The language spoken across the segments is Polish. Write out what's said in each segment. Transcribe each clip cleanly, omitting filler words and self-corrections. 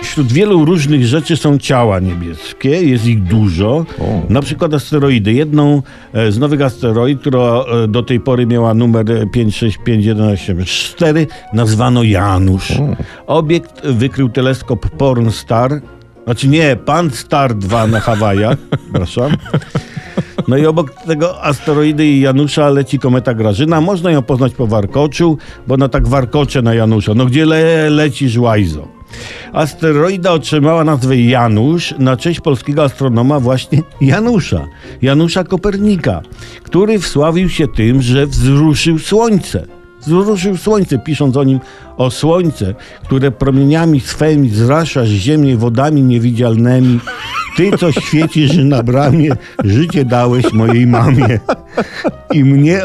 Wśród wielu różnych rzeczy są ciała niebieskie, jest ich dużo. Na przykład asteroidy. Jedną z nowych asteroid, która do tej pory miała numer 565184, nazwano Janusz. Obiekt wykrył teleskop Pornstar, znaczy nie, Pan-Star 2 na Hawajach, przepraszam. No i obok tego asteroidy i Janusza leci kometa Grażyna. Można ją poznać po warkoczu, bo ona tak warkocze na Janusza. No gdzie lecisz, łajzo? Asteroida otrzymała nazwę Janusz na cześć polskiego astronoma właśnie Janusza Kopernika, który wsławił się tym, że wzruszył Słońce. Pisząc o nim: o Słońce, które promieniami swymi zraszasz ziemię wodami niewidzialnymi. Ty, co świecisz na bramie, życie dałeś mojej mamie. I mnie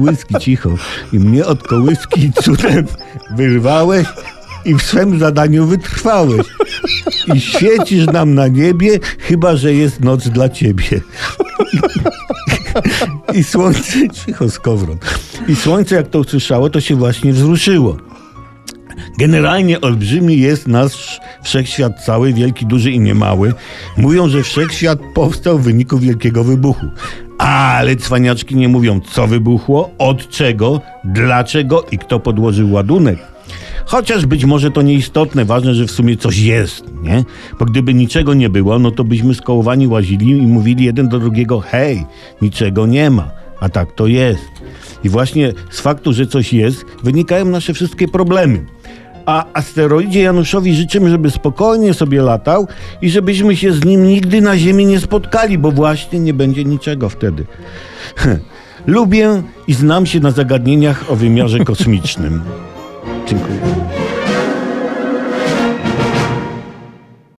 od kołyski cudem wyrwałeś i w swym zadaniu wytrwałeś. I świecisz nam na niebie, chyba że jest noc dla ciebie. I słońce, skowron. I słońce, jak to usłyszało, to się właśnie wzruszyło. Generalnie olbrzymi jest nasz wszechświat cały, wielki, duży i niemały. Mówią, że wszechświat powstał w wyniku wielkiego wybuchu. Ale cwaniaczki nie mówią, co wybuchło, od czego, dlaczego i kto podłożył ładunek. Chociaż być może to nieistotne, ważne, że w sumie coś jest, nie? Bo gdyby niczego nie było, no to byśmy skołowani łazili i mówili jeden do drugiego: hej, niczego nie ma, a tak to jest. I właśnie z faktu, że coś jest, wynikają nasze wszystkie problemy. A asteroidzie Januszowi życzymy, żeby spokojnie sobie latał i żebyśmy się z nim nigdy na Ziemi nie spotkali, bo właśnie nie będzie niczego wtedy. Lubię i znam się na zagadnieniach o wymiarze kosmicznym. Dziękuję.